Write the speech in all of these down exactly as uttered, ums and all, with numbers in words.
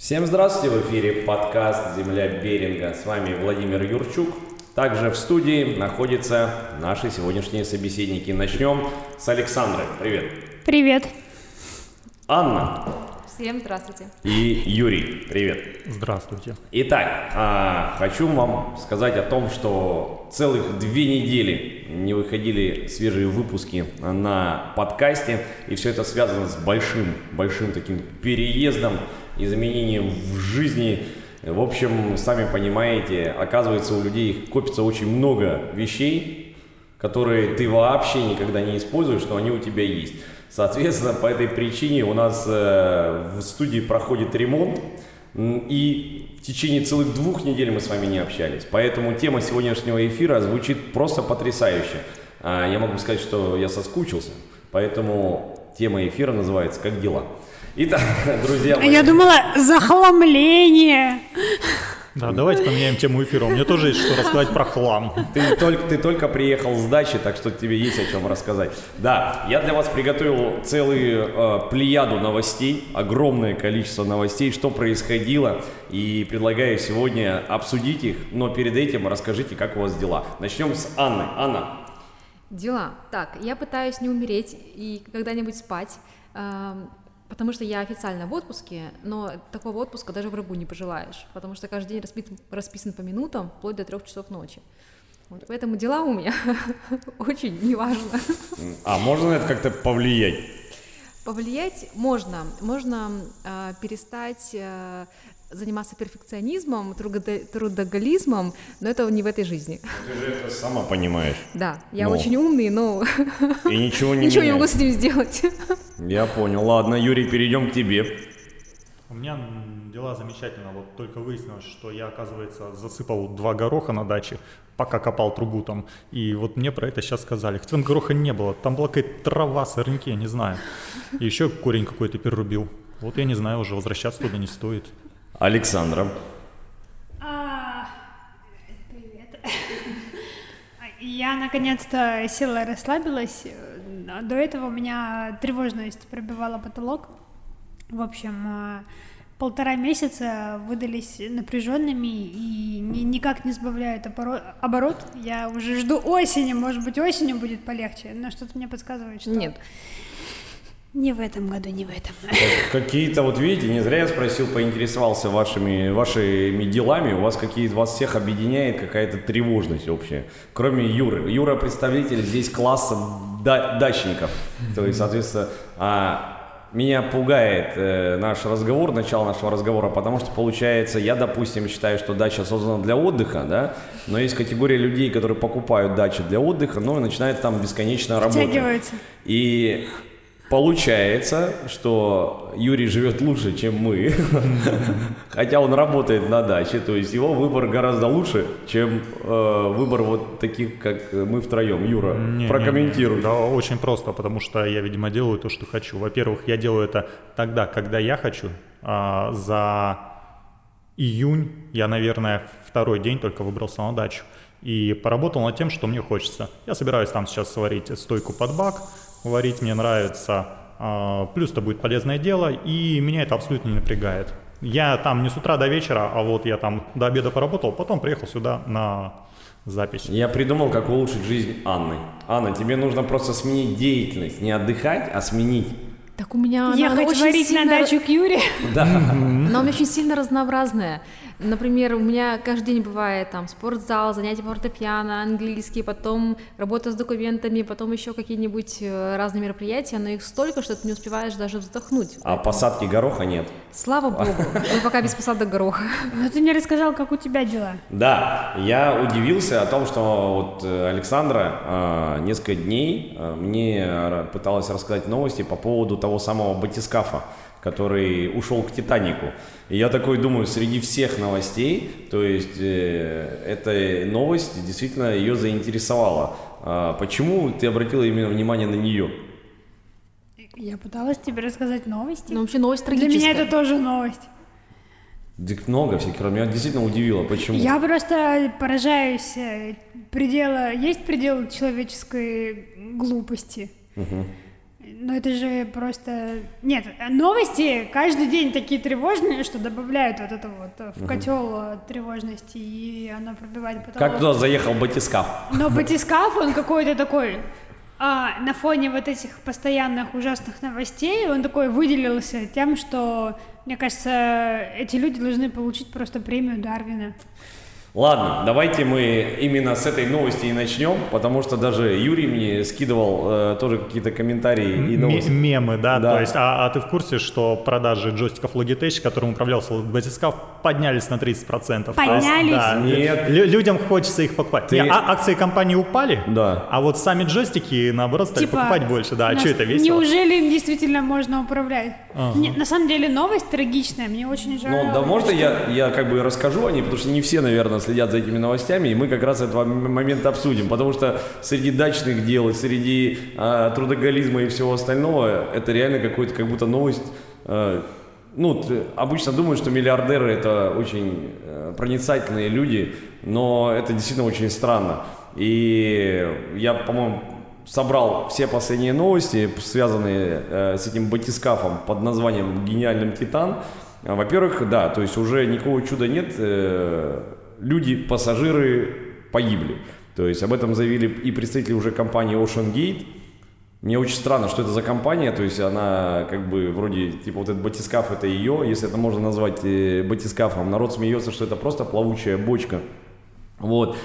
Всем здравствуйте, в эфире подкаст «Земля Беринга». С вами Владимир Юрчук. Также в студии находятся наши сегодняшние собеседники. Начнем с Александрой. Привет. Привет. Анна. Всем здравствуйте. И Юрий. Привет. Здравствуйте. Итак, а, хочу вам сказать о том, что целых две недели не выходили свежие выпуски на подкасте. И все это связано с большим, большим таким переездом, изменением в жизни. В общем, сами понимаете, оказывается, у людей копится очень много вещей, которые ты вообще никогда не используешь, но они у тебя есть. Соответственно, по этой причине у нас э, в студии проходит ремонт, и в течение целых двух недель мы с вами не общались. Поэтому тема сегодняшнего эфира звучит просто потрясающе. А, я могу сказать, что я соскучился, поэтому тема эфира называется «Как дела?». Итак, друзья мои. Я думала, захламление. Да, давайте поменяем тему эфира. У меня тоже есть что рассказать про хлам. Ты только, ты только приехал с дачи, так что тебе есть о чем рассказать. Да, я для вас приготовил целую э, плеяду новостей, огромное количество новостей, что происходило, и предлагаю сегодня обсудить их, но перед этим расскажите, как у вас дела. Начнем с Анны. Анна. Дела. Так, я пытаюсь не умереть и когда-нибудь спать, э, потому что я официально в отпуске, но такого отпуска даже врагу не пожелаешь, потому что каждый день расписан, расписан по минутам, вплоть до трех часов ночи. Вот, поэтому дела у меня очень неважно. А можно это как-то повлиять? Повлиять можно. Можно э, перестать э, заниматься перфекционизмом, трудо- трудоголизмом, но это не в этой жизни. Ты же это сама понимаешь. Да, я Ну. очень умный, но И ничего не ничего не меняешь. могу с этим сделать. Я понял. Ладно, Юрий, перейдем к тебе. У меня дела замечательно. Вот только выяснилось, что я, оказывается, засыпал два гороха на даче, пока копал трубу там. И вот мне про это сейчас сказали. Хотя гороха не было. Там была какая-то трава, сорняки, я не знаю. И еще корень какой-то перерубил. Вот я не знаю, уже возвращаться туда не стоит. Александра. А, Привет. Я наконец-то села и расслабилась. До этого у меня тревожность пробивала потолок. В общем, полтора месяца выдались напряженными и ни- никак не сбавляют оборо- оборот. Я уже жду осени, может быть, осенью будет полегче, но что-то мне подсказывает, что... Нет. Не в этом году, не в этом. Какие-то, вот видите, не зря я спросил, поинтересовался вашими, вашими делами. У вас какие-то, вас всех объединяет какая-то тревожность общая. Кроме Юры. Юра представитель здесь класса да- дачников. То есть, соответственно, а, меня пугает э, наш разговор, начало нашего разговора, потому что, получается, я, допустим, считаю, что дача создана для отдыха, да, но есть категория людей, которые покупают дачи для отдыха, но и начинают там бесконечно работать. Втягиваются. И получается, что Юрий живет лучше, чем мы, хотя он работает на даче, то есть его выбор гораздо лучше, чем э, выбор вот таких, как мы втроем. Юра, Не, прокомментируй. не, не. Да, очень просто, потому что я, видимо, делаю то, что хочу. Во-первых, я делаю это тогда, когда я хочу. А, за июнь я, наверное, второй день только выбрался на дачу и поработал над тем, что мне хочется. Я собираюсь там сейчас сварить стойку под бак, варить мне нравится, а, плюс это будет полезное дело, и меня это абсолютно не напрягает. Я там не с утра до вечера, а вот я там до обеда поработал, потом приехал сюда на запись. Я придумал, как улучшить жизнь Анны. Анна, тебе нужно просто сменить деятельность, не отдыхать, а сменить. Так у меня она Ехать очень варить сильно- на дачу к Юре. Да. Она у меня очень сильно разнообразная. Например, у меня каждый день бывает там спортзал, занятия по фортепиано, английский, потом работа с документами, потом еще какие-нибудь э, разные мероприятия, но их столько, что ты не успеваешь даже вздохнуть. А посадки гороха нет. Слава богу, мы пока без посадок гороха. Но ты мне рассказал, как у тебя дела. Да, я удивился о том, что вот э, Александра э, несколько дней э, мне э, пыталась рассказать новости по поводу того самого батискафа, который ушел к Титанику. И я такой думаю, среди всех новостей, то есть э, эта новость действительно ее заинтересовала. А почему ты обратила именно внимание на нее? Я пыталась тебе рассказать новости. Ну, вообще новость Для трагическая. меня это тоже новость. Дик много всяких, меня действительно удивило. Почему? Я просто поражаюсь предела... Есть предел человеческой глупости. Угу. Но это же просто... Нет, новости каждый день такие тревожные, что добавляют вот это вот в котел тревожности, и оно пробивает потолок. Как туда заехал батискаф? Но батискаф, он какой-то такой... А на фоне вот этих постоянных ужасных новостей он такой выделился тем, что, мне кажется, эти люди должны получить просто премию Дарвина. Ладно, давайте мы именно с этой новости и начнем, потому что даже Юрий мне скидывал э, тоже какие-то комментарии и новости. М- мемы, да, да. То есть, а, а ты в курсе, что продажи джойстиков Logitech, которым управлялся батискаф, поднялись на тридцать процентов? Поднялись? То есть, да, Нет. лю- людям хочется их покупать. Ты... Не, а, акции компании упали, да. А вот сами джойстики, наоборот, стали Типа, покупать больше. Да, а нас... что это весело? Неужели им действительно можно управлять? Ага. Не, на самом деле новость трагичная, мне очень жаль. Ну, да, можно я, я как бы расскажу о ней, потому что не все, наверное, следят за этими новостями, и мы как раз этого момента обсудим, потому что среди дачных дел, среди э, трудоголизма и всего остального, это реально какой-то, как будто новость. Э, ну, обычно думают, что миллиардеры это очень э, проницательные люди, но это действительно очень странно. И я, по-моему, собрал все последние новости, связанные э, с этим батискафом под названием «Гениальным Титан». Во-первых, да, то есть уже никакого чуда нет, э, люди, пассажиры погибли. То есть об этом заявили и представители уже компании OceanGate. Мне очень странно, что это за компания, то есть она как бы вроде, типа вот этот батискаф это ее, если это можно назвать э, батискафом. Народ смеется, что это просто плавучая бочка. Вот,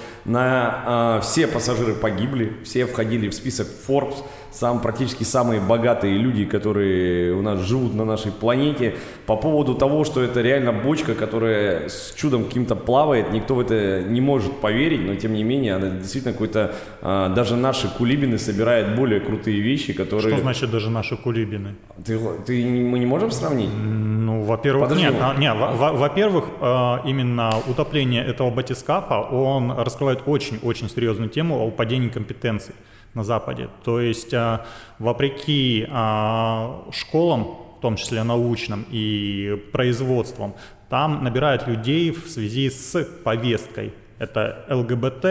на, э, все пассажиры погибли, все входили в список Forbes, сам, практически самые богатые люди, которые у нас живут на нашей планете. По поводу того, что это реально бочка, которая с чудом каким-то плавает, никто в это не может поверить, но тем не менее, она действительно какой-то, э, даже наши кулибины собирают более крутые вещи, которые... Что значит даже наши кулибины? Ты, ты, мы не можем сравнить? Ну, во-первых, Подожди. нет, а, нет во- во- во-первых, э, именно утопление этого батискафа, он раскрывает очень-очень серьезную тему о упадении компетенций на Западе. То есть, э, вопреки э, школам, в том числе научным и производством, там набирают людей в связи с повесткой. Это ЛГБТ,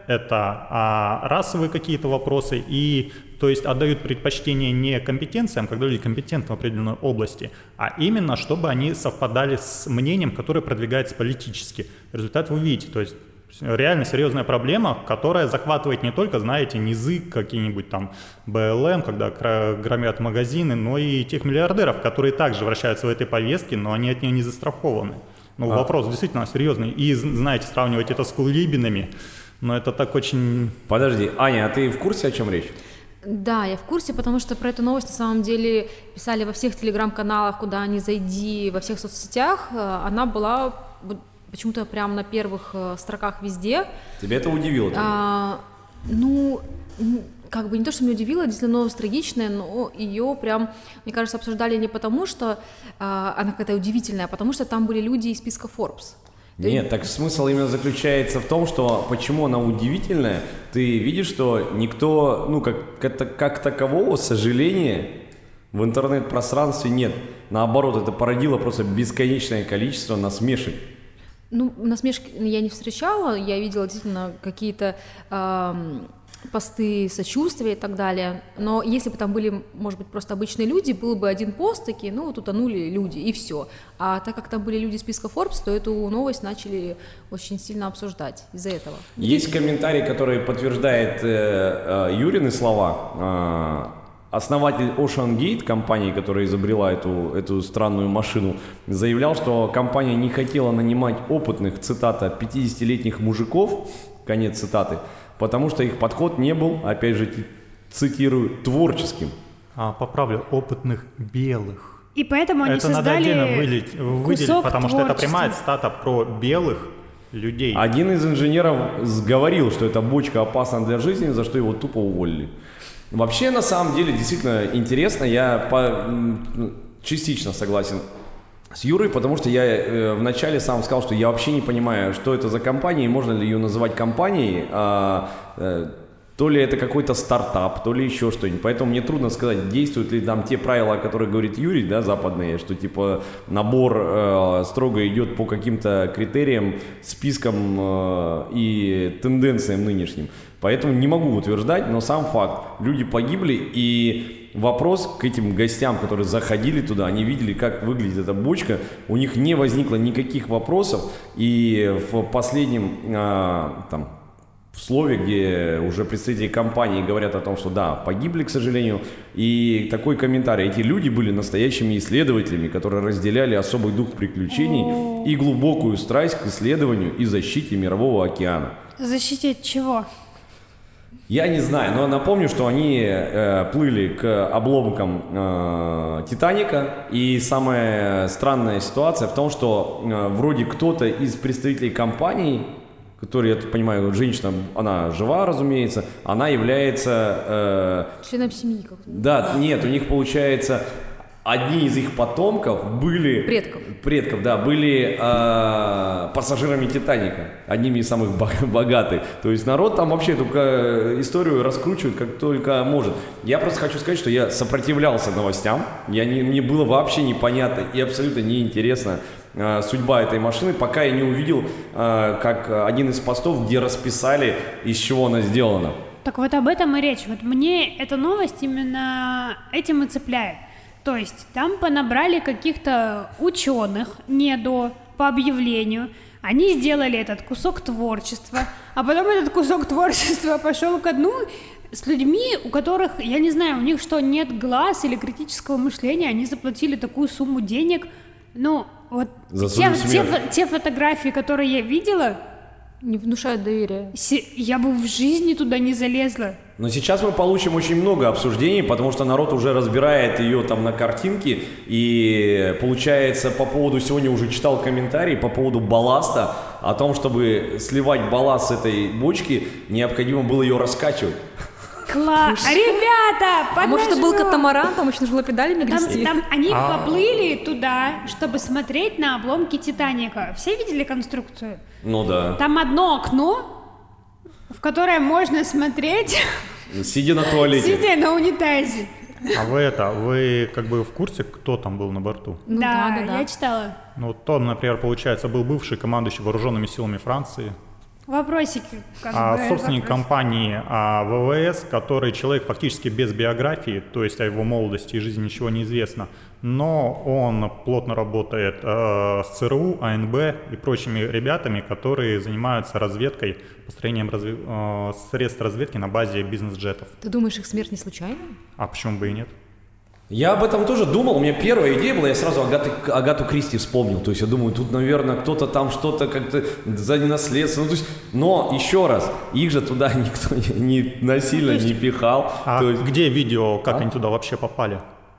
это а, расовые какие-то вопросы, и то есть отдают предпочтение не компетенциям, когда люди компетентны в определенной области, а именно, чтобы они совпадали с мнением, которое продвигается политически. Результат вы видите, то есть реально серьезная проблема, которая захватывает не только, знаете, низы, какие-нибудь там БЛМ, когда громят магазины, но и тех миллиардеров, которые также вращаются в этой повестке, но они от нее не застрахованы. Ну, а. Вопрос действительно серьезный. И, знаете, сравнивать это с кулибинами, но это так очень... Подожди, Аня, а ты в курсе, о чем речь? Да, я в курсе, потому что про эту новость на самом деле писали во всех телеграм-каналах, куда ни зайди, во всех соцсетях. Она была почему-то прям на первых строках везде. Тебя это удивило? А, ну... Как бы не то, что меня удивило, действительно новость трагичная, но ее прям, мне кажется, обсуждали не потому, что э, она какая-то удивительная, а потому что там были люди из списка Forbes. Нет, так смысл именно заключается в том, что почему она удивительная, ты видишь, что никто, ну, как, как, как такового сожаления в интернет-пространстве нет. Наоборот, это породило просто бесконечное количество насмешек. Ну, насмешки я не встречала, я видела действительно какие-то... Э, посты сочувствия и так далее, но если бы там были, может быть, просто обычные люди, был бы один пост, такие, ну, вот утонули люди, и все. А так как там были люди из списка Forbes, то эту новость начали очень сильно обсуждать из-за этого. Есть комментарий, который подтверждает э, э, Юрины слова. Э, основатель OceanGate, компании, которая изобрела эту, эту странную машину, заявлял, что компания не хотела нанимать опытных, цитата, пятидесятилетних мужиков, конец цитаты, потому что их подход не был, опять же, цитирую, творческим. А, поправлю, опытных белых. И поэтому они это создали надо отдельно выделить, выделить потому что это прямая цитата про белых людей. Один из инженеров говорил, что эта бочка опасна для жизни, за что его тупо уволили. Вообще, на самом деле, действительно интересно. Я по... частично согласен с Юрой, потому что я э, вначале сам сказал, что я вообще не понимаю, что это за компания, и можно ли ее называть компанией, а, э, то ли это какой-то стартап, то ли еще что-нибудь. Поэтому мне трудно сказать, действуют ли там те правила, о которых говорит Юрий, да, западные, что типа набор э, строго идет по каким-то критериям, спискам э, и тенденциям нынешним. Поэтому не могу утверждать, но сам факт, люди погибли, и вопрос к этим гостям, которые заходили туда, они видели, как выглядит эта бочка, у них не возникло никаких вопросов, и в последнем а, там, в слове, где уже представители компании говорят о том, что да, погибли, к сожалению, и такой комментарий: эти люди были настоящими исследователями, которые разделяли особый дух приключений и глубокую страсть к исследованию и защите мирового океана. Защите от чего? Я не знаю, но напомню, что они э, плыли к обломкам э, Титаника, и самая странная ситуация в том, что э, вроде кто-то из представителей компании, который, я понимаю, женщина, она жива, разумеется, она является... Э, Членом семьи как-то. Да, нет, у них, получается, одни из их потомков были... Предков. Предков, да, были э, пассажирами Титаника, одними из самых богатых. То есть народ там вообще только историю раскручивает как только может. Я просто хочу сказать, что я сопротивлялся новостям, я не, мне было вообще непонятно и абсолютно неинтересно э, судьба этой машины, пока я не увидел, э, как один из постов, где расписали, из чего она сделана. Так вот об этом и речь. Вот мне эта новость именно этим и цепляет. То есть там понабрали каких-то ученых, не до, по объявлению, они сделали этот кусок творчества, а потом этот кусок творчества пошел ко дну с людьми, у которых, я не знаю, у них что, нет глаз или критического мышления, они заплатили такую сумму денег, ну, вот те, те, те фотографии, которые я видела... Не внушают доверия. Я бы в жизни туда не залезла. Но сейчас мы получим очень много обсуждений, потому что народ уже разбирает ее там на картинке. И получается, по поводу, сегодня уже читал комментарий по поводу балласта, о том, чтобы сливать балласт с этой бочки, необходимо было ее раскачивать. Класс! Ребята, подожди! А может, это был катамаран, там очень нужно было педалями там, грести? Там они А-а-а. поплыли туда, чтобы смотреть на обломки Титаника. Все видели конструкцию? Ну да. Там одно окно, в которое можно смотреть... Сидя на туалете. Сидя на унитазе. А вы это, вы как бы в курсе, кто там был на борту? Ну, да, да, да, я читала. Ну, то, например, получается, был бывший командующий вооруженными силами Франции. Вопросики. Как а, бы, собственник вопрос. компании а, ВВС, который человек фактически без биографии, то есть о его молодости и жизни ничего не известно, но он плотно работает э, с ЦРУ, АНБ и прочими ребятами, которые занимаются разведкой, построением разве... э, средств разведки на базе бизнес-джетов. Ты думаешь, их смерть не случайна? А почему бы и нет? Я об этом тоже думал, у меня первая идея была, я сразу Агаты, Агату Кристи вспомнил, то есть я думаю, тут, наверное, кто-то там что-то как-то за ненаследство, ну, то есть, но еще раз, их же туда никто не, не насильно не пихал. А то есть... где видео, как а? они туда вообще попали?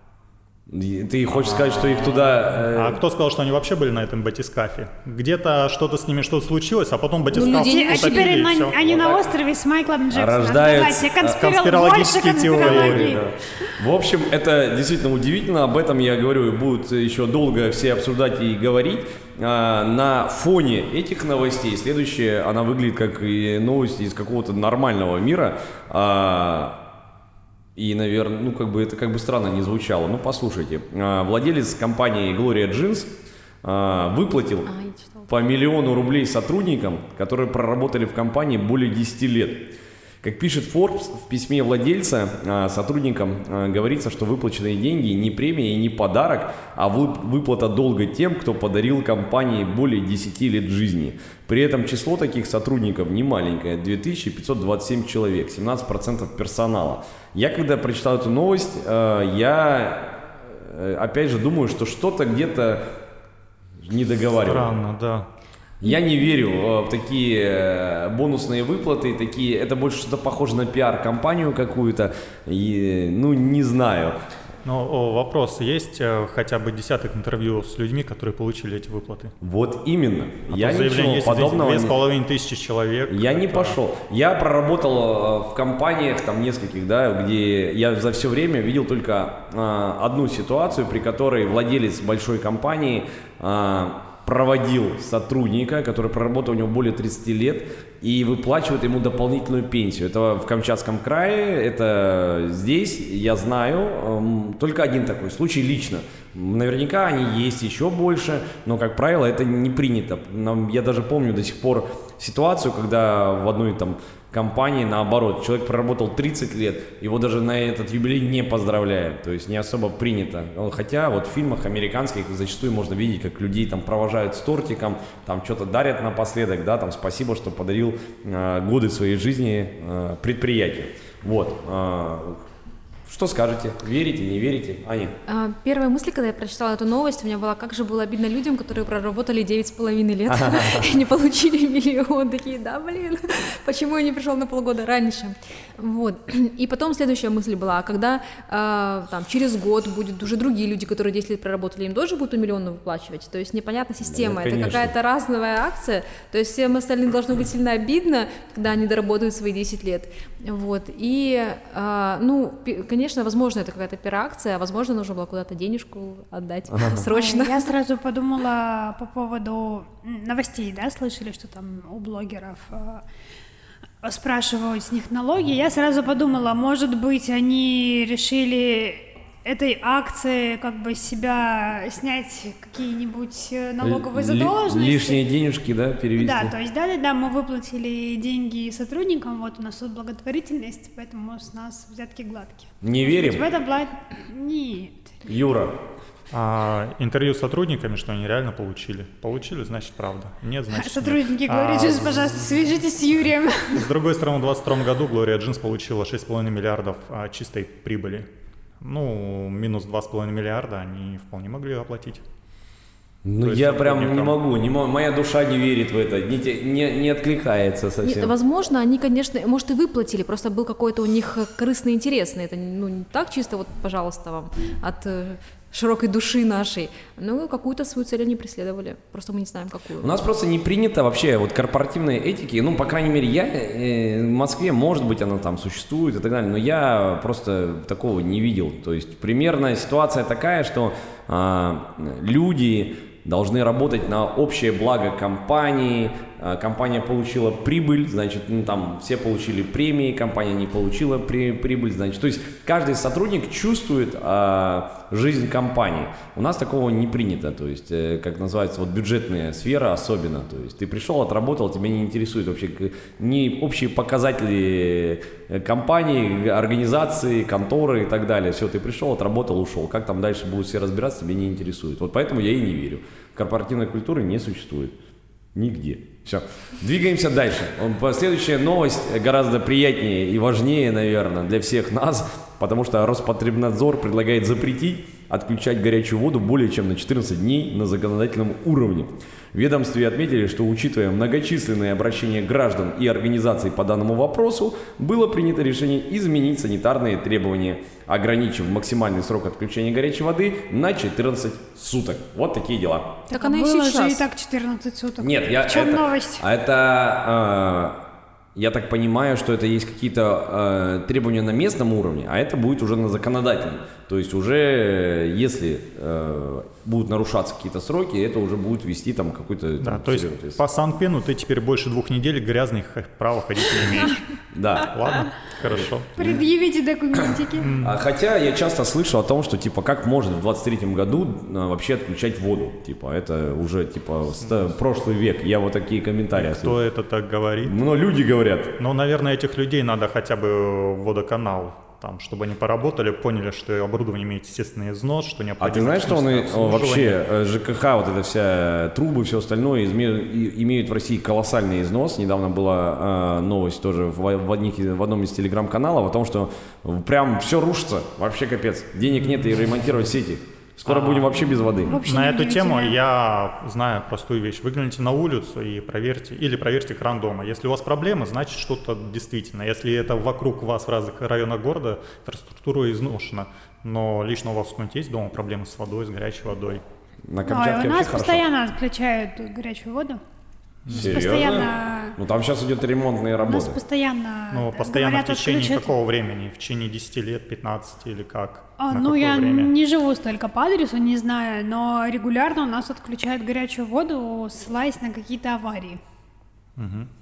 Ты хочешь сказать, что их туда... Э... А кто сказал, что они вообще были на этом батискафе? Где-то что-то с ними что-то случилось, а потом батискаф ну, утопили, а теперь и они, все. они вот на так. острове с Майклом Джексоном. Рождаются Давайте, конспирол... конспирологические больше теории. Да. В общем, это действительно удивительно, об этом, я говорю, будут еще долго все обсуждать и говорить. А, на фоне этих новостей следующая, она выглядит как и новости из какого-то нормального мира. А, И, наверное, ну, как бы это как бы странно не звучало. Ну, послушайте, владелец компании Gloria Jeans выплатил а, по миллиону рублей сотрудникам, которые проработали в компании более десяти лет. Как пишет Forbes, в письме владельца сотрудникам говорится, что выплаченные деньги не премия и не подарок, а выплата долга тем, кто подарил компании более десяти лет жизни. При этом число таких сотрудников не маленькое – две тысячи пятьсот двадцать семь человек, семнадцать процентов персонала. Я когда прочитал эту новость, я опять же думаю, что что-то где-то не договариваю. Странно, да. Я не верю в такие бонусные выплаты, такие, это больше что-то похоже на пиар-компанию какую-то, и, ну, не знаю. Но вопрос, есть хотя бы десяток интервью с людьми, которые получили эти выплаты? Вот именно. А я ничего подобного... Две с половиной тысячи человек. Я это... не пошел. Я проработал в компаниях, там нескольких, да, где я за все время видел только а, одну ситуацию, при которой владелец большой компании а, проводил сотрудника, который проработал у него более тридцати лет, и выплачивает ему дополнительную пенсию. Это в Камчатском крае, это здесь, я знаю, только один такой случай лично. Наверняка они есть еще больше, но, как правило, это не принято. Нам, я даже помню до сих пор ситуацию, когда в одной там компании, наоборот, человек проработал тридцать лет, его даже на этот юбилей не поздравляют, то есть не особо принято. Хотя вот в фильмах американских зачастую можно видеть, как людей там провожают с тортиком, там что-то дарят напоследок, да, там спасибо, что подарил э, годы своей жизни э, предприятию. Вот. Э, Что скажете? Верите, не верите? Аня? Первая мысль, когда я прочитала эту новость, у меня была, как же было обидно людям, которые проработали девять с половиной лет и не получили миллион. Такие, да, блин, почему я не пришел на полгода раньше? Вот. И потом следующая мысль была, когда там, через год будут уже другие люди, которые десять лет проработали, им тоже будут миллион выплачивать. То есть непонятная система, да, это какая-то разовая акция. То есть всем остальным должно быть сильно обидно, когда они доработают свои десять лет. Вот. И, ну, конечно, Конечно, возможно, это какая-то пиар-акция, а возможно, нужно было куда-то денежку отдать ага. срочно. Я сразу подумала по поводу новостей, да, слышали, что там у блогеров э, спрашивают с них налоги. Я сразу подумала, может быть, они решили этой акции как бы себя снять какие-нибудь налоговые задолженности. Лишние денежки, да, перевести. Да, то есть, да-да-да, мы выплатили деньги сотрудникам, вот у нас тут благотворительность, поэтому с нас взятки гладкие. Не верим? В этом плане... Нет. Юра. А интервью с сотрудниками, что они реально получили? Получили, значит, правда. Нет, значит, сотрудники нет. Gloria Jeans, а, пожалуйста, свяжитесь с Юрием. С другой стороны, в двадцать втором году Gloria Jeans получила шесть с половиной миллиардов а, чистой прибыли. Ну, минус два с половиной миллиарда они вполне могли оплатить. Ну, я прям не могу, не могу, моя душа не верит в это, не, не, не откликается совсем. Нет, возможно, они, конечно, может, и выплатили, просто был какой-то у них корыстный интерес на это, ну, не так чисто вот, пожалуйста, вам, от э, широкой души нашей, но какую-то свою цель они преследовали, просто мы не знаем, какую. У нас просто не принято вообще вот корпоративной этики, ну, по крайней мере, я э, в Москве, может быть, она там существует и так далее, но я просто такого не видел, то есть примерно ситуация такая, что э, люди должны работать на общее благо компании, компания получила прибыль, значит, ну, там все получили премии, компания не получила при, прибыль, значит, то есть каждый сотрудник чувствует а, жизнь компании. У нас такого не принято, то есть, э, как называется, вот бюджетная сфера особенно, то есть ты пришел, отработал, тебя не интересует вообще ни общие показатели компании, организации, конторы и так далее, все, ты пришел, отработал, ушел, как там дальше будут все разбираться, тебя не интересует, вот поэтому я и не верю. Корпоративной культуры не существует. Нигде. Все. Двигаемся дальше. Следующая новость гораздо приятнее и важнее, наверное, для всех нас, потому что Роспотребнадзор предлагает запретить отключать горячую воду более чем на четырнадцать дней на законодательном уровне. В ведомстве отметили, что, учитывая многочисленные обращения граждан и организаций по данному вопросу, было принято решение изменить санитарные требования, ограничив максимальный срок отключения горячей воды на четырнадцать суток. Вот такие дела. Так, так она и было сейчас. же и так четырнадцать суток. Нет, я... В чем это, новость? Это... Э, я так понимаю, что это есть какие-то э, требования на местном уровне, а это будет уже на законодательном. То есть уже, если э, будут нарушаться какие-то сроки, это уже будет вести там какой-то... Да, там, то есть серьезный... по Санпену ты теперь больше двух недель грязных права ходить не имеешь. Да. Ладно, хорошо. Предъявите документики. Хотя я часто слышу о том, что типа как можно в двадцать третьем году вообще отключать воду. Типа это уже типа прошлый век. Я вот такие комментарии слышу. Кто это так говорит? Ну, люди говорят. Ну, наверное, этих людей надо хотя бы в водоканал, там, чтобы они поработали, поняли, что оборудование имеет естественный износ, что необходимо... А ты знаешь, что он и, вообще ЖКХ, вот эта вся трубы, все остальное имеют в России колоссальный износ. Недавно была э, новость тоже в, в, одних, в одном из телеграм-каналов о том, что прям все рушится, вообще капец. Денег нет и ремонтировать сети. Скоро а, будем вообще без воды. Вообще на эту тему я знаю простую вещь. Выгляните на улицу и проверьте, или проверьте кран дома. Если у вас проблемы, значит что-то действительно. Если это вокруг вас в разных районах города, инфраструктура изношена, но лично у вас какой-нибудь есть дома проблемы с водой, с горячей водой? На Камчатке Ой, у нас хорошо. Постоянно отключают горячую воду. Серьезно? Постоянно... Ну там сейчас идет ремонтные работы. У нас постоянно... Ну, постоянно говорят, в течение отключат... какого времени? В течение десяти лет, пятнадцати или как? А, На ну, я время? не живу столько по адресу, не знаю, но регулярно у нас отключают горячую воду, ссылаясь на какие-то аварии. Угу.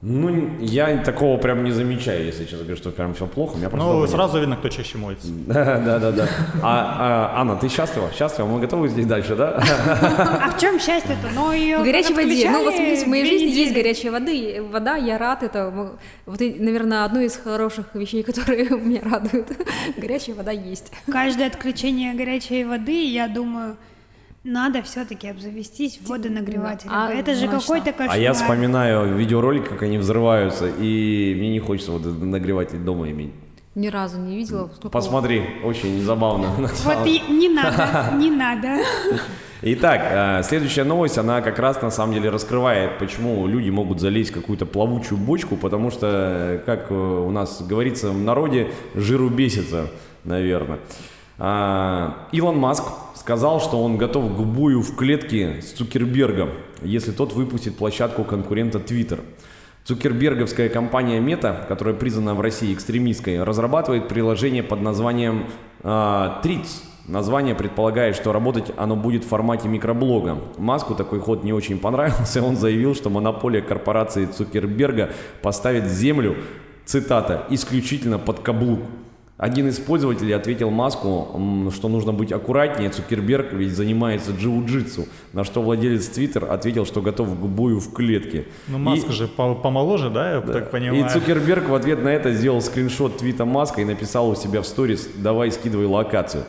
Ну, я такого прям не замечаю, если честно говоря, что прям все плохо. Меня просто Ну, дома сразу видно, кто чаще моется. Да, да, да, да. А, а, Анна, ты счастлива? Счастлива? Мы готовы здесь дальше, да? А в чем счастье-то? Ну, ее В горячей воде. Ну, вот смотрите, в моей две жизни недели. есть горячая вода, вода, я рад это. Вот, и, наверное, одно из хороших вещей, которые меня радуют. Горячая вода есть. Каждое отключение горячей воды, я думаю, надо все-таки обзавестись водонагревателем. А, Это же ну, какой-то кошмар. А я вспоминаю видеоролик, как они взрываются, и мне не хочется вот нагреватель дома иметь. Ни разу не видела. Сколько... Посмотри, очень забавно. Вот и не надо, не надо. Итак, следующая новость, она как раз на самом деле раскрывает, почему люди могут залезть в какую-то плавучую бочку, потому что, как у нас говорится в народе, жиру бесится, наверное. Илон Маск сказал, что он готов к бою в клетке с Цукербергом, если тот выпустит площадку конкурента Twitter. Цукерберговская компания Meta, которая признана в России экстремистской, разрабатывает приложение под названием э, Threads. Название предполагает, что работать оно будет в формате микроблога. Маску такой ход не очень понравился, и он заявил, что монополия корпорации Цукерберга поставит землю, цитата, исключительно под каблук. Один из пользователей ответил Маску, что нужно быть аккуратнее, Цукерберг ведь занимается джиу-джитсу, на что владелец Twitter ответил, что готов к бою в клетке. Ну, Маск и, же помоложе, да, я да. так понимаю. И Цукерберг в ответ на это сделал скриншот твита Маска и написал у себя в сторис: «Давай, скидывай локацию».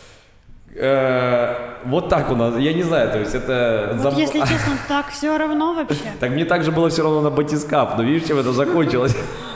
Вот так у нас, я не знаю, то есть это... Вот заб... если честно, так все равно вообще. Так мне также было все равно на батискаф, но видишь, чем это закончилось?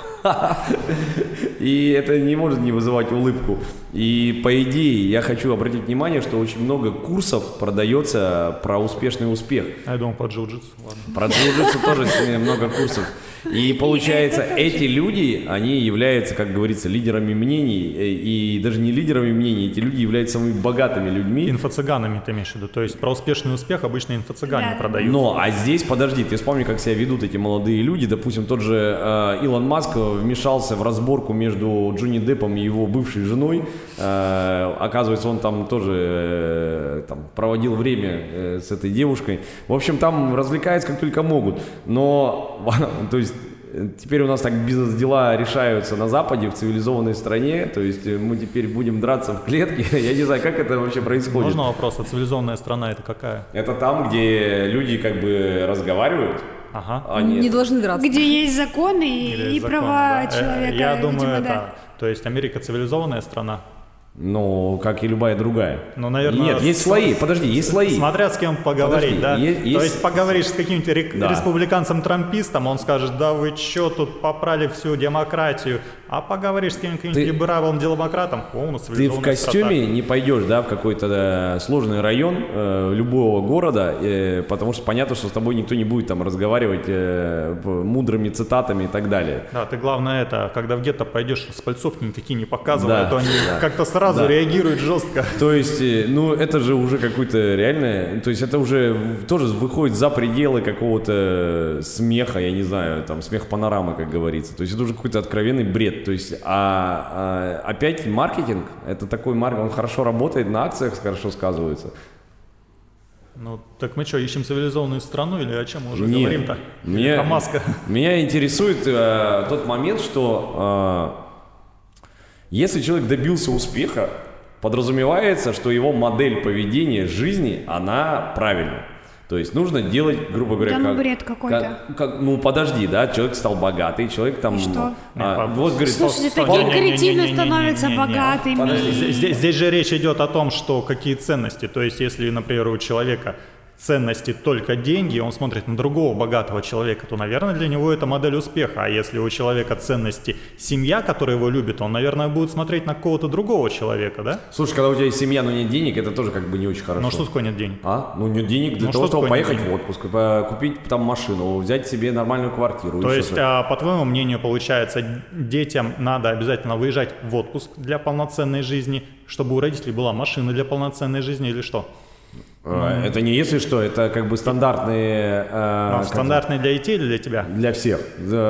И это не может не вызывать улыбку. И по идее я хочу обратить внимание, что очень много курсов продается про успешный успех. Я думал про джиу-джитсу. Про джиу-джитсу тоже много курсов. И получается, эти люди, они являются, как говорится, лидерами мнений. И даже не лидерами мнений, эти люди являются самыми богатыми людьми. Инфо-цыганами ты имеешь в виду. То есть про успешный успех обычно инфо-цыгане да. продают. Но, а здесь, подожди, ты вспомни, как себя ведут эти молодые люди. Допустим, тот же э, Илон Маск вмешался в разборку между Джонни Деппом и его бывшей женой. Э, оказывается, он там тоже э, там, проводил время э, с этой девушкой. В общем, там развлекаются как только могут. Но, то есть, теперь у нас так бизнес-дела решаются на Западе, в цивилизованной стране. То есть мы теперь будем драться в клетке. Я не знаю, как это вообще происходит. Можно вопрос? А цивилизованная страна это какая? Это там, где люди как бы разговаривают. Ага. А не нет. должны драться. Где есть законы и, и законы, права да. человека. Я думаю, видимо, это... Да. То есть Америка цивилизованная страна? Ну, как и любая другая. Ну, наверное... Нет, есть слои, подожди, есть слои. Смотря с кем поговорить, подожди, да? Есть, есть... То есть поговоришь с каким-нибудь рек... да. республиканцем-трампистом, он скажет: да вы чё, тут попрали всю демократию. А поговоришь с каким-нибудь ты... либералом-демократом, о, у нас Ты в костюме страна. Не пойдешь, да, в какой-то да, сложный район э, любого города, э, потому что понятно, что с тобой никто не будет там разговаривать э, мудрыми цитатами и так далее. Да, ты главное это, когда в гетто пойдешь, с пальцов никакие не показывают, да, то они да. как-то сразу да. реагируют жестко. То есть, ну, это же уже какой-то реальное, то есть это уже тоже выходит за пределы какого-то смеха, я не знаю, там, смех панорамы, как говорится. То есть это уже какой-то откровенный бред. То есть, а, а опять маркетинг, это такой маркетинг, он хорошо работает, на акциях хорошо сказывается. Ну, так мы что, ищем цивилизованную страну или о чем мы уже Нет, говорим-то? Меня, про Маска? Меня интересует э, тот момент, что э, если человек добился успеха, подразумевается, что его модель поведения жизни, она правильная. То есть нужно делать, грубо говоря, да, ну, как, бред какой-то. Как, как, ну подожди, да, человек стал богатый, человек там... И что? А, вот, говорит, слушайте, такие кретины становятся богатыми. Здесь, здесь же речь идет о том, что какие ценности. То есть если, например, у человека ценности только деньги, он смотрит на другого богатого человека, то, наверное, для него это модель успеха. А если у человека ценности семья, которая его любит, он, наверное, будет смотреть на какого-то другого человека, да? Слушай, когда у тебя есть семья, но нет денег, это тоже как бы не очень хорошо. Ну что такое нет денег? А? Ну нет денег для ну, того, чтобы поехать в отпуск, купить там машину, взять себе нормальную квартиру. То есть, а, по твоему мнению, получается, детям надо обязательно выезжать в отпуск для полноценной жизни, чтобы у родителей была машина для полноценной жизни или что? Mm. Это не если что, это как бы стандартные... Э, ну, стандартные для детей или для тебя? Для всех.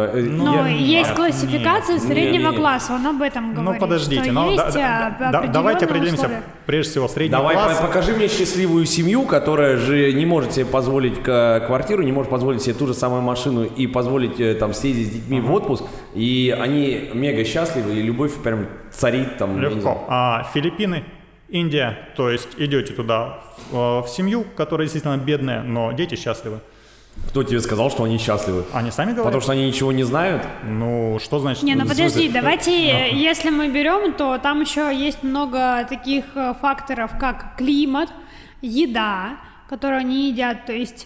Но я... есть нет, классификация нет, среднего нет, класса, он об этом говорит. Ну подождите, что ну, есть да, да, да, давайте определимся, условия. Прежде всего, средний Давай, класс. Давай покажи мне счастливую семью, которая же не может себе позволить квартиру, не может позволить себе ту же самую машину и позволить там съездить с детьми uh-huh. в отпуск, и они мега счастливы, и любовь прям царит там. Легко. А Филиппины, Индия, то есть идете туда в, в семью, которая действительно бедная, но дети счастливы. Кто тебе сказал, что они счастливы? Они сами говорят. Потому что они ничего не знают? Ну, что значит? Не, ну подожди, смысле? давайте, Uh-huh. если мы берем, то там еще есть много таких факторов, как климат, еда, которую они едят, то есть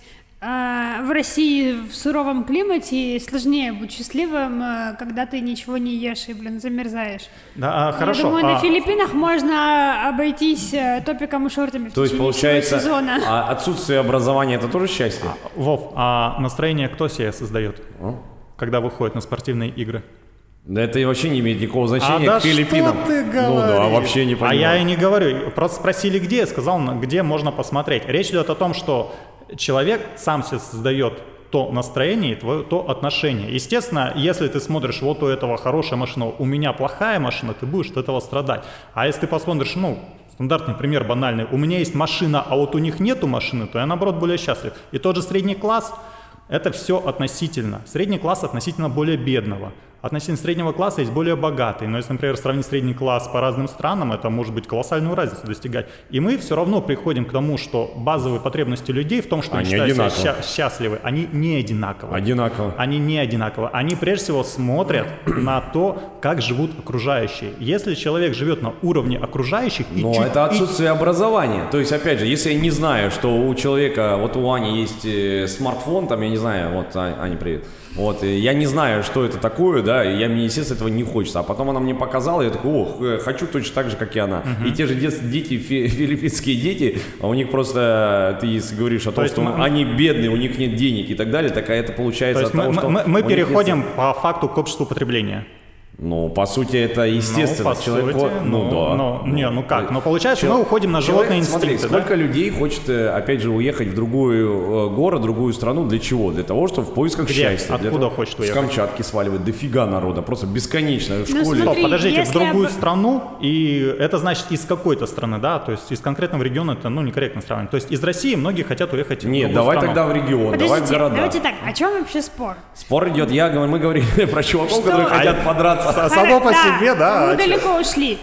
э, в России в суровом климате сложнее быть счастливым, э, когда ты ничего не ешь и, блин, замерзаешь. Да, а, хорошо. Я думаю, а... на Филиппинах можно обойтись э, топиком и шортами в То есть, течение получается, всего сезона. А отсутствие образования – это тоже счастье? А, Вов, а настроение кто себе создает, а? когда выходит на спортивные игры? Да это и вообще не имеет никакого значения а к Филиппинам. Да что ты говоришь? Ну да, вообще не понимаю. А я и не говорю. Просто спросили, где, я сказал, где можно посмотреть. Речь идет о том, что человек сам себе создает то настроение и твое, то отношение. Естественно, если ты смотришь, вот у этого хорошая машина, у меня плохая машина, ты будешь от этого страдать. А если ты посмотришь, ну, стандартный пример банальный, у меня есть машина, а вот у них нету машины, то я, наоборот, более счастлив. И тот же средний класс, это все относительно. Средний класс относительно более бедного. Относительно среднего класса есть более богатый. Но если, например, сравнить средний класс по разным странам, это может быть колоссальную разницу достигать. И мы все равно приходим к тому, что базовые потребности людей в том, что они считают себя ща- счастливы, они не одинаковы. Одинаково. Они не одинаковы. Они прежде всего смотрят на то, как живут окружающие. Если человек живет на уровне окружающих... Но и чуть, это отсутствие и... образования. То есть, опять же, если я не знаю, что у человека, вот у Ани есть э, смартфон, там, я не знаю, вот, а, Аня, привет. Вот, и я не знаю, что это такое, да, и я, мне, естественно, этого не хочется. А потом она мне показала, и я такой, ох, хочу точно так же, как и она. Uh-huh. И те же дет- дети, фи- филиппинские дети, а у них просто, ты если говоришь о том, то что мы, они бедные, у них нет денег и так далее, так это получается то от того, мы, что... Мы, мы переходим нет... по факту к обществу потребления. Ну, по сути, это естественно. Ну, по человек, сути, ну, ну, да. Ну, не, ну как? Но получается, Человек, мы уходим на животные инстинкты. Смотри, сколько да? людей хочет, опять же, уехать в другой город, другую страну. Для чего? Для того, чтобы в поисках Где? счастья. Откуда того, хочет уехать? С Камчатки сваливает. Дофига народа. Просто бесконечно. В Ну, школе. смотри, Стоп, подождите, в если другую об- страну, и это значит из какой-то страны, да? То есть из конкретного региона это, ну, некорректно сравнивать. То есть из России многие хотят уехать в Нет, другую давай страну. тогда в регион, давай в Подождите, города. давайте так, о чем вообще спор? Спор идет, я говорю, мы говорили про чуваков, Что? которые хотят А подраться. Само по Да, себе, да. Мы а чё? далеко ушли.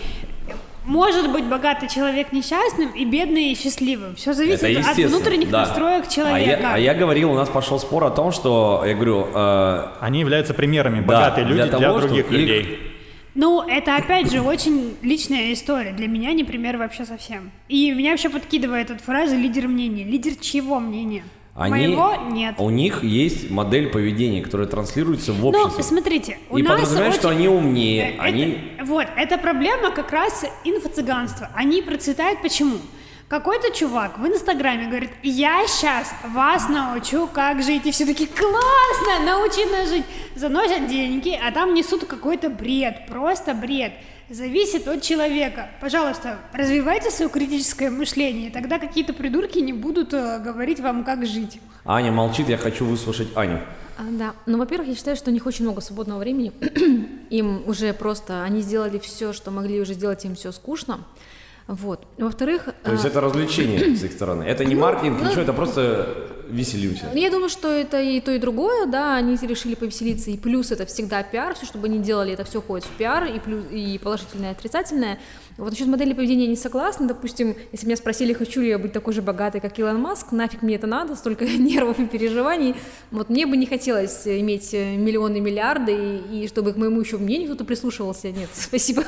Может быть богатый человек несчастным и бедный счастливым. Все зависит Это от естественно, внутренних да. настроек А человека. я, а я говорил, у нас пошел спор о том, что, я говорю, э, Они являются примерами, богатые люди для для, того, других чтобы их- людей. Ну, это опять же очень личная история. Для меня не пример вообще совсем. И меня вообще подкидывает эта фраза «лидер мнения». Лидер чьего мнения? они, Моего нет. у них есть модель поведения, которая транслируется в Ну, обществе. смотрите, у И нас подразумевает, что очень- они умнее, Это- они... Вот, эта проблема как раз инфо-цыганства. Они процветают почему? Какой-то чувак в Инстаграме говорит, я сейчас вас научу, как жить. И все таки классно, научи нас жить. Заносят деньги, а там несут какой-то бред, просто бред. Зависит от человека. Пожалуйста, развивайте свое критическое мышление, тогда какие-то придурки не будут э, говорить вам, как жить. Аня молчит, я хочу выслушать Аню. А, да, ну, во-первых, я считаю, что у них очень много свободного времени. Им уже просто, они сделали все, что могли уже сделать, им все скучно. Вот. Во-вторых... То есть а, это развлечение с их стороны. Это не маркетинг, ну, ничего, это просто веселимся. Я думаю, что это и то, и другое, да, они решили повеселиться, и плюс это всегда пиар, все, что бы они делали, это все ходит в пиар, и, плюс, и положительное, и отрицательное. Вот насчет модели поведения я не согласна, допустим, если меня спросили, хочу ли я быть такой же богатой, как Илон Маск, нафиг мне это надо, столько нервов и переживаний, вот мне бы не хотелось иметь миллионы, миллиарды, и, и чтобы к моему еще мнению кто-то прислушивался, нет, спасибо,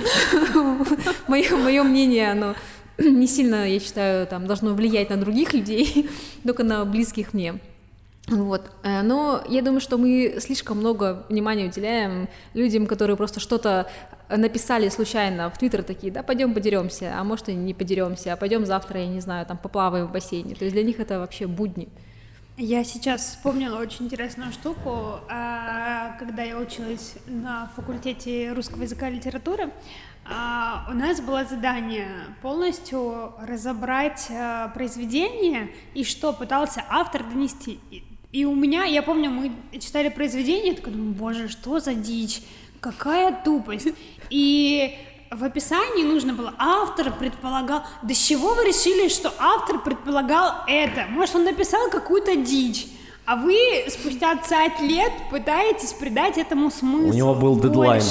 мое мнение, оно... не сильно, я считаю, там, должно влиять на других людей, только на близких мне. Вот. Но я думаю, что мы слишком много внимания уделяем людям, которые просто что-то написали случайно в Твиттер, такие, да, пойдем подеремся, а может и не подеремся, а пойдем завтра, я не знаю, там поплаваем в бассейне. То есть для них это вообще будни. Я сейчас вспомнила очень интересную штуку. Когда я училась на факультете русского языка и литературы, у нас было задание полностью разобрать произведение и что пытался автор донести. И у меня, я помню, мы читали произведение, я такая думаю, боже, что за дичь, какая тупость. И в описании нужно было, автор предполагал, да с чего вы решили, что автор предполагал это? Может, он написал какую-то дичь, а вы спустя двадцать лет пытаетесь придать этому смысл. У него был дедлайн.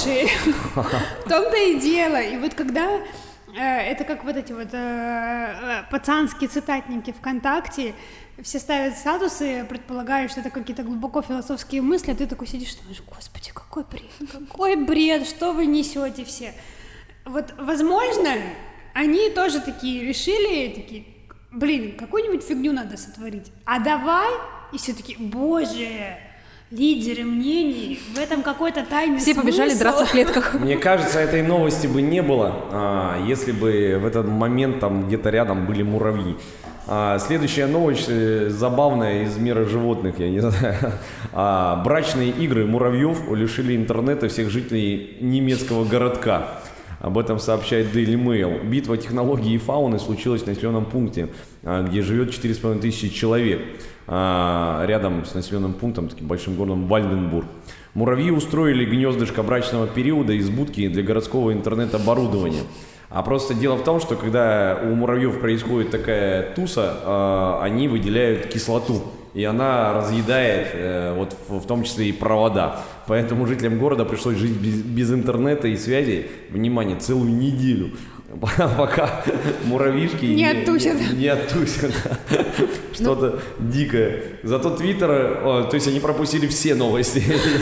В том-то и дело. И вот когда, это как вот эти вот пацанские цитатники ВКонтакте, все ставят статусы, предполагают, что это какие-то глубоко философские мысли, а ты такой сидишь и думаешь, господи, какой бред, какой бред, что вы несете все. Вот, возможно, они тоже такие решили, такие, блин, какую-нибудь фигню надо сотворить, а давай, и все таки, боже, лидеры мнений, в этом какой-то тайный Все смысл. побежали драться в клетках. Мне кажется, этой новости бы не было, а, если бы в этот момент там где-то рядом были муравьи. А, следующая новость э, забавная из мира животных, я не знаю. А, брачные игры муравьев лишили интернета всех жителей немецкого городка. Об этом сообщает Daily Mail. Битва технологий и фауны случилась в населенном пункте, где живет четыре с половиной тысячи человек. Рядом с населенным пунктом, таким большим городом Вальденбург. Муравьи устроили гнездышко брачного периода из будки для городского интернет-оборудования. А просто дело в том, что когда у муравьев происходит такая туса, они выделяют кислоту. И она разъедает, э, вот в, в том числе и провода. Поэтому жителям города пришлось жить без, без интернета и связи, внимание, целую неделю, пока муравьишки не оттусят. Не, не оттусят. Что-то дикое. Зато Твиттер, то есть они пропустили все новости.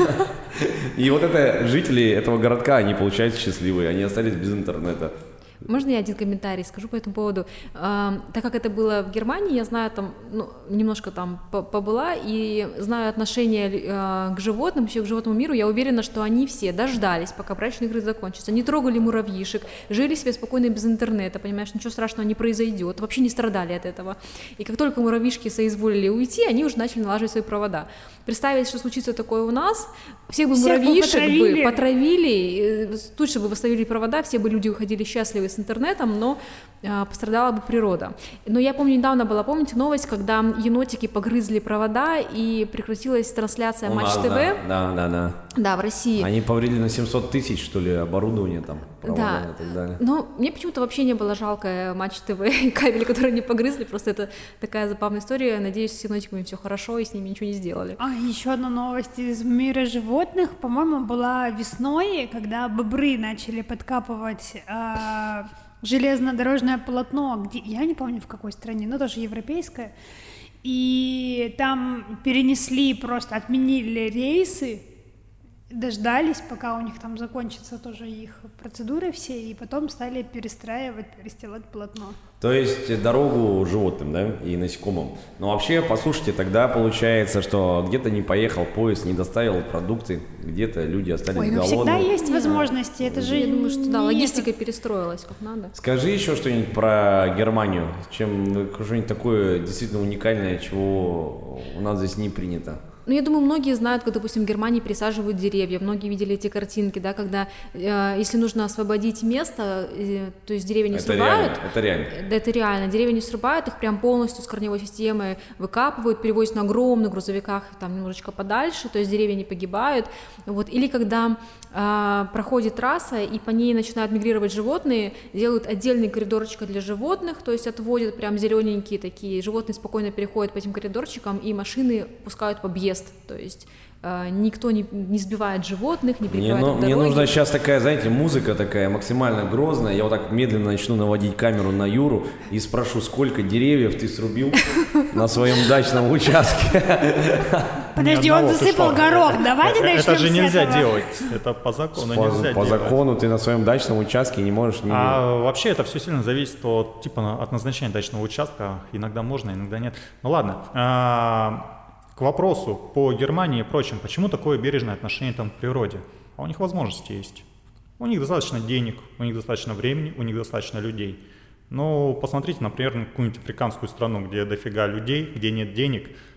И вот это жители этого городка, они получаются счастливые, они остались без интернета. Можно я один комментарий скажу по этому поводу? А, так как это было в Германии, я знаю там, ну, немножко там побыла и знаю отношение а, к животным, вообще к животному миру, я уверена, что они все дождались, пока брачные игры закончатся, не трогали муравьишек, жили себе спокойно без интернета, понимаешь, ничего страшного не произойдет, вообще не страдали от этого. И как только муравьишки соизволили уйти, они уже начали налаживать свои провода. Представить, что случится такое у нас, всех бы всех муравьишек бы потравили, тут же бы восстановили провода, все бы люди уходили счастливы с интернетом, но э, пострадала бы природа. Но я помню, недавно была, помните, новость, когда енотики погрызли провода и прекратилась трансляция Матч ТВ. Да, да, да, да. Да, в России. Они повредили на семьсот тысяч, что ли, оборудование там, провода да. и так далее. Но мне почему-то вообще не было жалко Матч ТВ и кабели, которые они погрызли, просто это такая забавная история. Надеюсь, с енотиками все хорошо и с ними ничего не сделали. А еще одна новость из мира животных, по-моему, была весной, когда бобры начали подкапывать э, железнодорожное полотно, где, я не помню в какой стране, но тоже европейское, и там перенесли, просто отменили рейсы, дождались, пока у них там закончатся тоже их процедуры все, и потом стали перестраивать, перестилать полотно. То есть дорогу животным, да, и насекомым. Но вообще, послушайте, тогда получается, что где-то не поехал поезд, не доставил продукты, где-то люди остались Ой, ну голодные. всегда есть возможности, это же... Я думаю, что да, не логистика это... перестроилась как надо. Скажи еще что-нибудь про Германию, чем что-нибудь такое действительно уникальное, чего у нас здесь не принято. Ну, я думаю, многие знают, как, допустим, в Германии пересаживают деревья, многие видели эти картинки, да, когда, э, если нужно освободить место, э, то есть деревья не это срубают. Реально, это реально. Да, это реально. Деревья не срубают, их прям полностью с корневой системы выкапывают, перевозят на огромных грузовиках, там, немножечко подальше, то есть деревья не погибают. Вот. Или когда э, проходит трасса, и по ней начинают мигрировать животные, делают отдельный коридорчик для животных, то есть отводят прям зелененькие такие, животные спокойно переходят по этим коридорчикам, и машины пускают в объезд. То есть э, никто не, не сбивает животных, не перекрывает мне, дороги. Мне нужна сейчас такая, знаете, музыка такая максимально грозная. Я вот так медленно начну наводить камеру на Юру и спрошу, сколько деревьев ты срубил на своем дачном участке? Подожди, он засыпал горох, давайте начнем с этого. Это же нельзя делать, это по закону нельзя делать. По закону ты на своем дачном участке не можешь... А вообще это все сильно зависит от, типа, от назначения дачного участка. Иногда можно, иногда нет. Ну ладно. К вопросу по Германии и прочим, почему такое бережное отношение там к природе? А у них возможности есть. У них достаточно денег, у них достаточно времени, у них достаточно людей. Но посмотрите, например, на какую-нибудь африканскую страну, где дофига людей, где нет денег,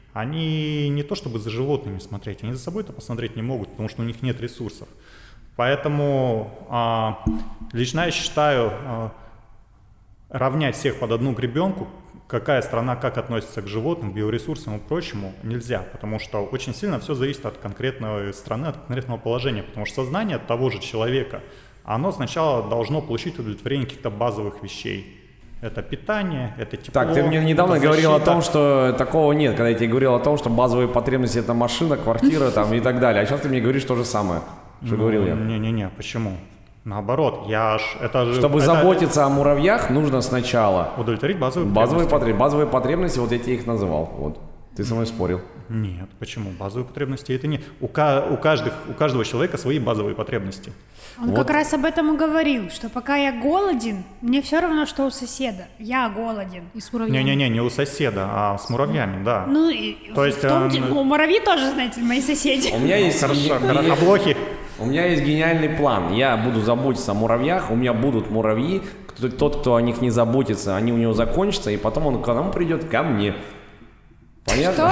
они не то чтобы за животными смотреть, они за собой-то посмотреть не могут, потому что у них нет ресурсов. Поэтому а, лично я считаю, а, равнять всех под одну гребенку, какая страна как относится к животным, к биоресурсам и прочему, нельзя, потому что очень сильно все зависит от конкретной страны, от конкретного положения, потому что сознание того же человека, оно сначала должно получить удовлетворение каких-то базовых вещей. Это питание, это тепло. Так, ты мне недавно говорил о том, что такого нет, когда я тебе говорил о том, что базовые потребности — это машина, квартира там, и так далее, а сейчас ты мне говоришь то же самое, что ну, говорил я. Не-не-не, почему? Наоборот, я ж, это же... Чтобы это... заботиться о муравьях, нужно сначала... Удовлетворить базовые, базовые потребности. Потреб... Базовые потребности, вот я тебе их называл. Вот. Ты со мной спорил. Нет, почему? Базовые потребности это не... У, ка... у, каждых... у каждого человека свои базовые потребности. Он вот. Как раз об этом и говорил, что пока я голоден, мне все равно, что у соседа. Я голоден. И с муравьями. Не-не-не, не у соседа, а с муравьями, да. Ну, и То в, есть, в том, э... ну, муравьи тоже, знаете, мои соседи. У меня есть... Хорошо, а блохи? У меня есть гениальный план. Я буду заботиться о муравьях, у меня будут муравьи. Тот, кто о них не заботится, они у него закончатся, и потом он к нам придет, ко мне. Понятно?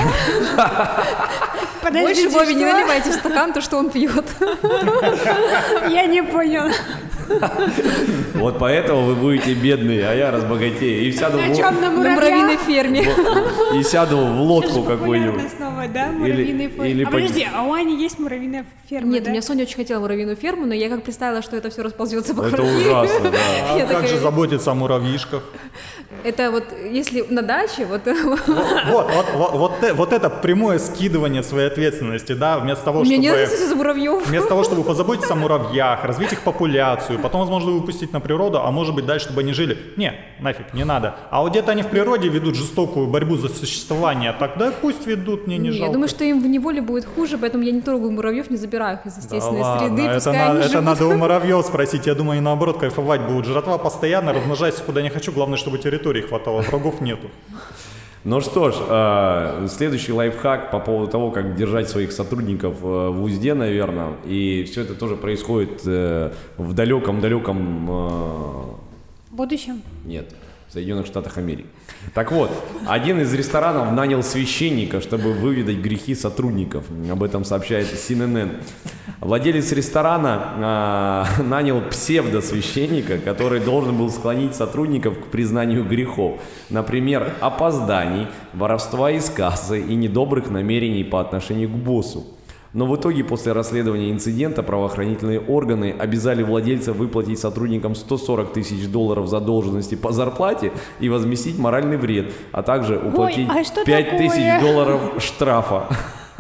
Что? Больше Вове не наливайте в стакан то, что он пьет. Я не понял. Вот поэтому вы будете бедные, а я разбогатею. И сяду на в... чем? На, на муравьиной ферме. И сяду в лодку какую-нибудь. Снова, да? Муравьиной ферма. Или а подожди, а у Ани есть муравьиная ферма? Нет, да? у меня Соня очень хотела муравьиную ферму, но я как представила, что это все расползется по Это квартире. ужасно, да. А как такая... же заботиться о муравьишках? Это вот если на даче, вот... Вот, вот, вот, вот, вот это прямое скидывание своей ответственности, да, вместо того, чтобы... У меня нет ответственности за муравьев. Вместо того, чтобы позаботиться о муравьях, развить их популяцию, потом, возможно, выпустить на природу, а может быть дальше, чтобы они жили. Не, нафиг, не надо. А вот где-то они в природе ведут жестокую борьбу за существование, тогда пусть ведут, мне не, не жалко. Я думаю, что им в неволе будет хуже, поэтому я не трогаю муравьев, не забираю их из естественной да среды, ладно, пускай это, они на, это живут. надо у муравьев спросить, я думаю, они наоборот кайфовать будут. Жратва постоянно, размножайся куда не хочу, главное, чтобы территории хватало, врагов нету. Ну что ж, э, следующий лайфхак по поводу того, как держать своих сотрудников э, в узде, наверное, и все это тоже происходит э, в далеком-далеком... Э, будущем? Нет, в Соединенных Штатах Америки. Так вот, один из ресторанов нанял священника, чтобы выведать грехи сотрудников. Об этом сообщает си эн эн. Владелец ресторана э, нанял псевдосвященника, который должен был склонить сотрудников к признанию грехов. Например, опозданий, воровства из кассы и недобрых намерений по отношению к боссу. Но в итоге после расследования инцидента правоохранительные органы обязали владельца выплатить сотрудникам сто сорок тысяч долларов задолженности по зарплате и возместить моральный вред, а также уплатить Ой, а пять тысяч долларов штрафа.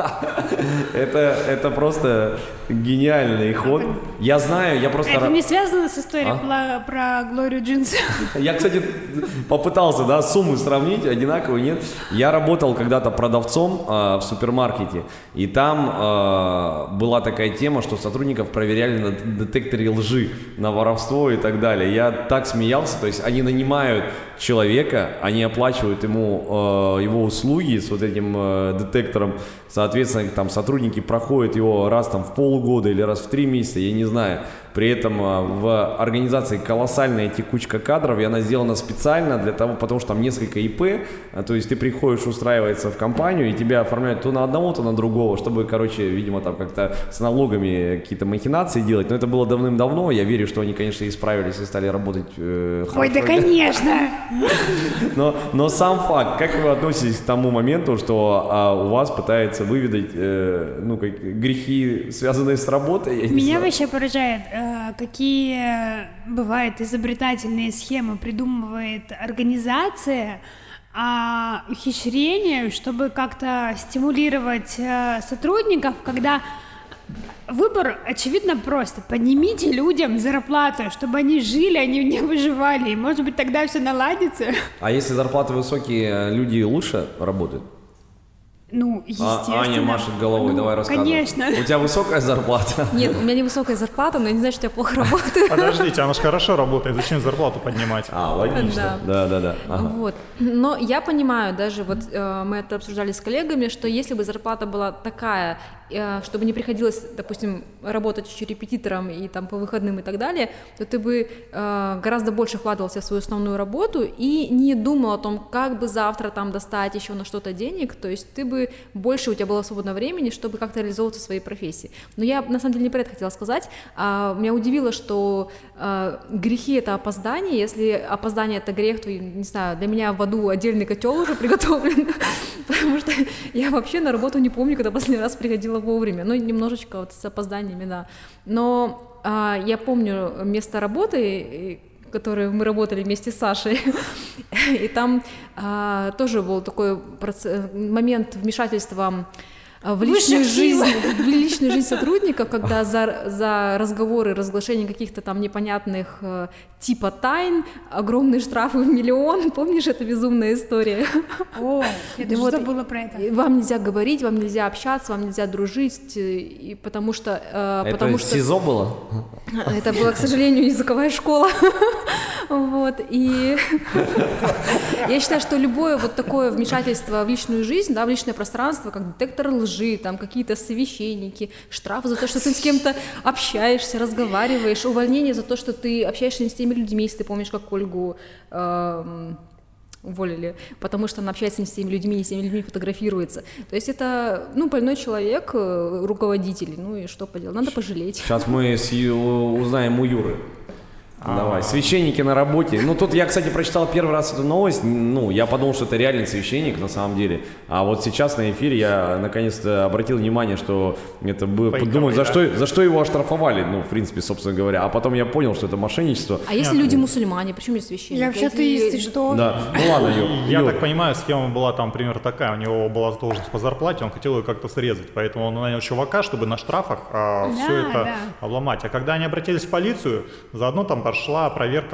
Это, это просто гениальный ход. Я знаю, я просто... Это не связано с историей а? про, про Глорию Джинс? Я, кстати, попытался, да, суммы сравнить, одинаковые, нет. Я работал когда-то продавцом э, в супермаркете, и там э, была такая тема, что сотрудников проверяли на детекторе лжи, на воровство и так далее. Я так смеялся, то есть они нанимают человека, они оплачивают ему э, его услуги с вот этим э, детектором. Соответственно, там сотрудники проходят его раз там в полгода или раз в три месяца, я не знаю. При этом в организации колоссальная текучка кадров, и она сделана специально для того, потому что там несколько ИП, то есть ты приходишь устраиваться в компанию, и тебя оформляют то на одного, то на другого, чтобы, короче, видимо, там как-то с налогами какие-то махинации делать. Но это было давным-давно, я верю, что они, конечно, исправились и стали работать э, хорошо. Ой, да конечно! Но, но сам факт, как вы относитесь к тому моменту, что а, у вас пытается выведать э, ну, как, грехи, связанные с работой? Я Меня вообще поражает, э, какие бывают изобретательные схемы придумывает организация, а ухищрения, чтобы как-то стимулировать э, сотрудников, когда выбор очевидно просто. Поднимите людям зарплату, чтобы они жили, они не выживали, и может быть тогда все наладится. А если зарплаты высокие, люди лучше работают? Ну, естественно. А, Аня машет головой, ну, давай рассказывай. Конечно. У тебя высокая зарплата? Нет, у меня не высокая зарплата, но я не знаю, что я плохо работаю. Подождите, она же хорошо работает, зачем зарплату поднимать? А, логично. Да, да, да. Ага. Вот. Но я понимаю, даже вот э, мы это обсуждали с коллегами, что если бы зарплата была такая, чтобы не приходилось, допустим, работать еще репетитором и там по выходным и так далее, то ты бы э, гораздо больше вкладывался в свою основную работу и не думал о том, как бы завтра там достать еще на что-то денег, то есть ты бы больше, у тебя было свободного времени, чтобы как-то реализовываться в своей профессии. Но я на самом деле не про это хотела сказать. А, меня удивило, что а, грехи — это опоздание. Если опоздание — это грех, то, не знаю, для меня в аду отдельный котел уже приготовлен, потому что я вообще на работу не помню, когда последний раз приходила вовремя. Ну, немножечко вот с опозданиями, да. Но а, я помню место работы, в которой мы работали вместе с Сашей, и там а, тоже был такой процесс, момент вмешательства в личную жизнь, в личную жизнь сотрудников, когда за, за разговоры, разглашение каких-то там непонятных э, типа тайн, огромные штрафы в миллион, помнишь, это безумная история? О, я даже вот, забыла про это. Вам нельзя говорить, вам нельзя общаться, вам нельзя дружить, и потому что... Э, это потому что... СИЗО было? Это была, к сожалению, языковая школа. Вот, и я считаю, что любое вот такое вмешательство в личную жизнь, да, в личное пространство, как детектор лжи, там какие-то священники, штрафы за то, что ты с кем-то общаешься, разговариваешь, увольнение за то, что ты общаешься не с теми людьми, если ты помнишь, как Ольгу э, уволили, потому что она общается не с теми людьми, не с теми людьми фотографируется. То есть это, ну, больной человек, руководитель, ну и что поделать, надо пожалеть. Сейчас мы с Ю... узнаем у Юры. Давай, священники на работе. Ну, тут я, кстати, прочитал первый раз эту новость. Ну, я подумал, что это реальный священник на самом деле. А вот сейчас на эфире я наконец-то обратил внимание, что это было... Подумал, за, да? что, за что его оштрафовали, ну, в принципе, собственно говоря. А потом я понял, что это мошенничество. А если Нет. люди мусульмане, почему не священники? Я вообще атеист, и что? Да, ну ладно, Ю. Я Ю. так понимаю, схема была там примерно такая. У него была должность по зарплате, он хотел ее как-то срезать. Поэтому он нанял чувака, чтобы на штрафах а, да, все это да. обломать. А когда они обратились в полицию, заодно там пошла проверка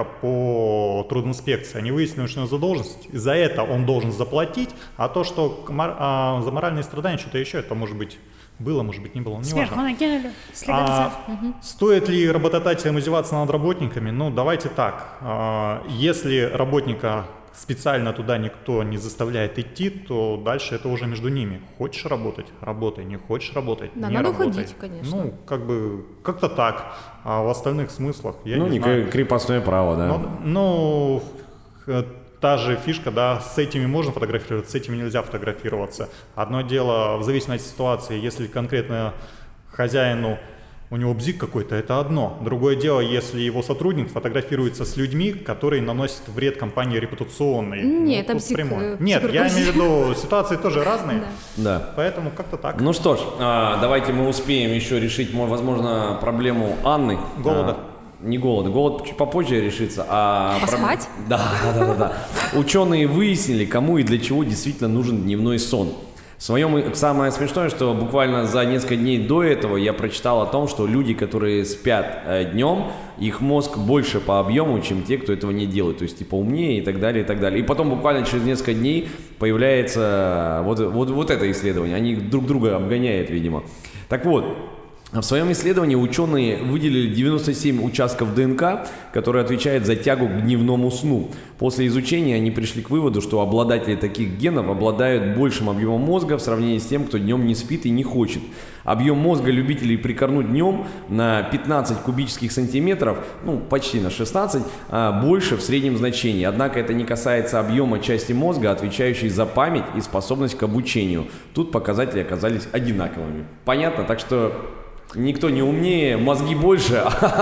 по трудинспекции. Они выяснили, что у него задолженность, и за это он должен заплатить, а то, что а, за моральные страдания, что-то еще, это может быть было, может быть не было, не Сверху важно. накинули, А, угу. Стоит ли работодателям издеваться над работниками? Ну, давайте так. А, если работника специально туда никто не заставляет идти, то дальше это уже между ними. Хочешь работать — работай, не хочешь работать — да, не надо работай. уходить, конечно. Ну, как бы, как-то так. А в остальных смыслах я ну, не не знаю. крепостное право, да. Ну, ну, та же фишка, да, с этими можно фотографироваться, с этими нельзя фотографироваться. Одно дело, в зависимости от ситуации, если конкретно хозяину у него бзик какой-то, это одно. Другое дело, если его сотрудник фотографируется с людьми, которые наносят вред компании репутационной. Нет, ну, это бзик. Прямой. Нет, я имею в виду, ситуации тоже разные, да. Да. Поэтому как-то так. Ну что ж, давайте мы успеем еще решить, возможно, проблему Анны. Голода. Не голод, голод чуть попозже решится, а... Поспать? Да, да, да, да, да. Ученые выяснили, кому и для чего действительно нужен дневной сон. В своем, самое смешное, что буквально за несколько дней до этого я прочитал о том, что люди, которые спят э, днем, их мозг больше по объему, чем те, кто этого не делает, то есть типа умнее и так далее, и так далее. И потом буквально через несколько дней появляется вот, вот, вот это исследование, они друг друга обгоняют, видимо. Так вот, в своем исследовании ученые выделили девяносто семь участков ДНК, которые отвечают за тягу к дневному сну. После изучения они пришли к выводу, что обладатели таких генов обладают большим объемом мозга в сравнении с тем, кто днем не спит и не хочет. Объем мозга любителей прикорнуть днем на пятнадцать кубических сантиметров, ну почти на шестнадцать, а больше в среднем значении. Однако это не касается объема части мозга, отвечающей за память и способность к обучению. Тут показатели оказались одинаковыми. Понятно? Так что... Никто не умнее, мозги больше,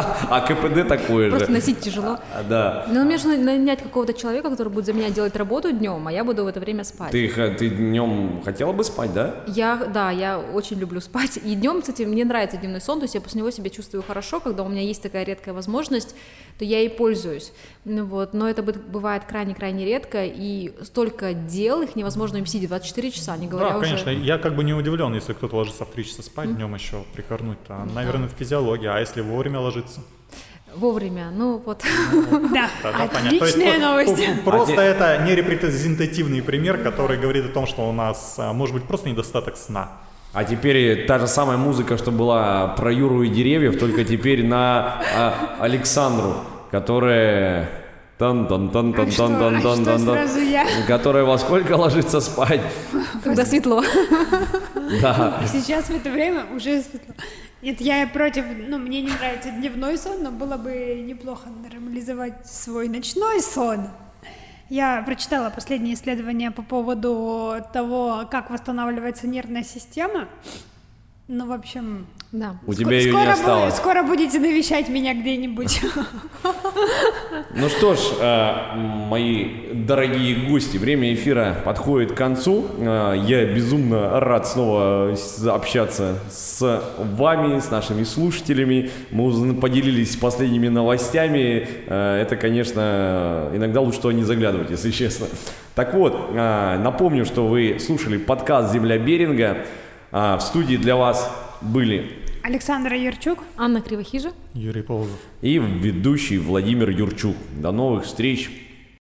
а КПД такое же. Просто носить тяжело. А, да. Но мне нужно нанять какого-то человека, который будет за меня делать работу днем, а я буду в это время спать. Ты, ты днем хотела бы спать, да? Я, да, я очень люблю спать. И днем, кстати, мне нравится дневной сон, то есть я после него себя чувствую хорошо, когда у меня есть такая редкая возможность, то я ей пользуюсь. Ну, вот. Но это бывает крайне-крайне редко, и столько дел, их невозможно вместить в двадцать четыре часа, не говоря да, уже... конечно, я как бы не удивлен, если кто-то ложится в три часа спать, mm. днем еще прикорнуть. А, наверное, это физиология, а если вовремя ложиться? Вовремя, ну вот. Да, отличная новость. Просто это не репрезентативный пример, который говорит о том, что у нас может быть просто недостаток сна. А теперь та же самая музыка, что была про Юру и деревьев, только теперь на а, Александру, которая Тан-тан-тан-тан-тан-тан-тан-тан. Которая во сколько ложится спать? Когда светло. Да. Сейчас в это время уже светло. Нет, я против, ну, мне не нравится дневной сон, но было бы неплохо нормализовать свой ночной сон. Я прочитала последние исследования по поводу того, как восстанавливается нервная система. Ну, в общем... Да. У тебя ее не осталось. Скоро будете навещать меня где-нибудь. Ну что ж, мои дорогие гости, время эфира подходит к концу. Я безумно рад снова общаться с вами, с нашими слушателями. Мы поделились последними новостями. Это, конечно, иногда лучше туда не заглядывать, если честно. Так вот, напомню, что вы слушали подкаст «Земля Беринга». В студии для вас были Александра Юрчук, Анна Кривохижа, Юрий Полозов и ведущий Владимир Юрчук. До новых встреч!